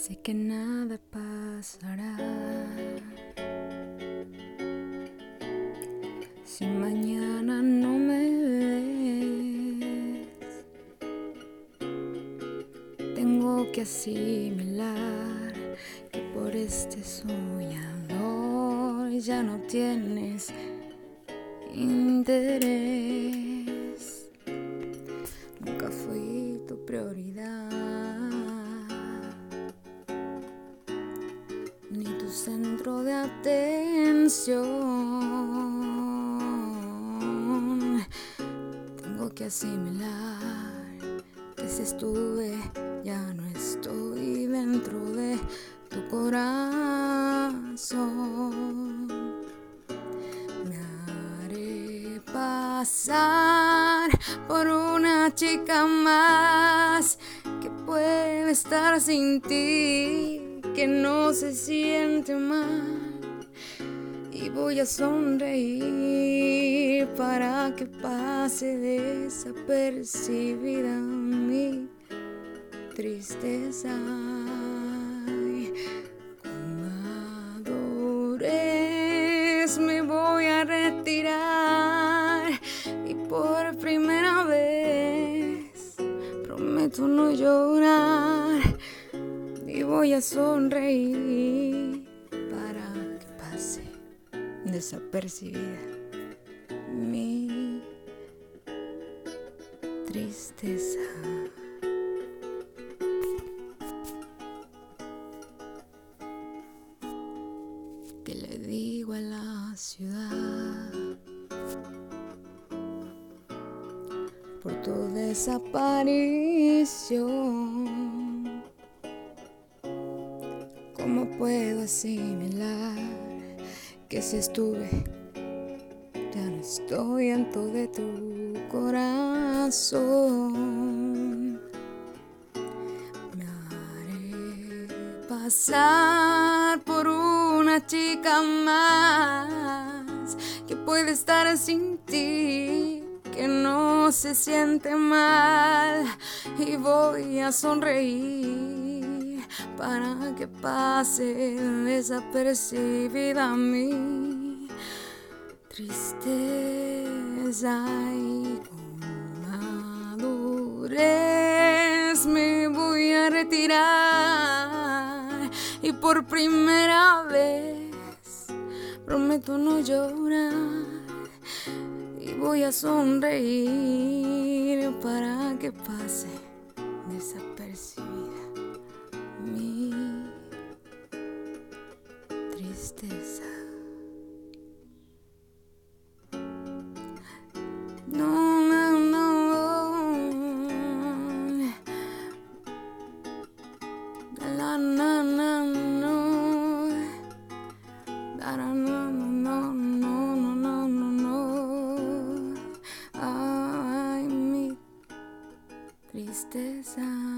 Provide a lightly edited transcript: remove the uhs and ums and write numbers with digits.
Sé que nada pasará si mañana no me ves. Tengo que asimilar que por este soñador ya no tienes interés. Nunca fui tu prioridad, ni tu centro de atención. Tengo que asimilar que si estuve, ya no estoy dentro de tu corazón. Me haré pasar por una chica más que puede estar sin ti, que no se siente mal, y voy a sonreír para que pase desapercibida mi tristeza. Con madurez me voy a retirar y por primera vez prometo no llorar, y voy a sonreír para que pase desapercibida mi tristeza. ¿Qué le digo a la ciudad por tu desaparición? ¿Cómo puedo asimilar que si estuve, ya no estoy dentro de tu corazón? Me haré pasar por una chica más que puede estar sin ti, que no se siente mal, y voy a sonreír para que pase desapercibida mi tristeza. Y con madurez me voy a retirar y por primera vez prometo no llorar, y voy a sonreír para que pase desapercibida mi tristeza. No, no, no. La, na, na, no. La, no, no, no, no, no, no, no. Ay, mi tristeza.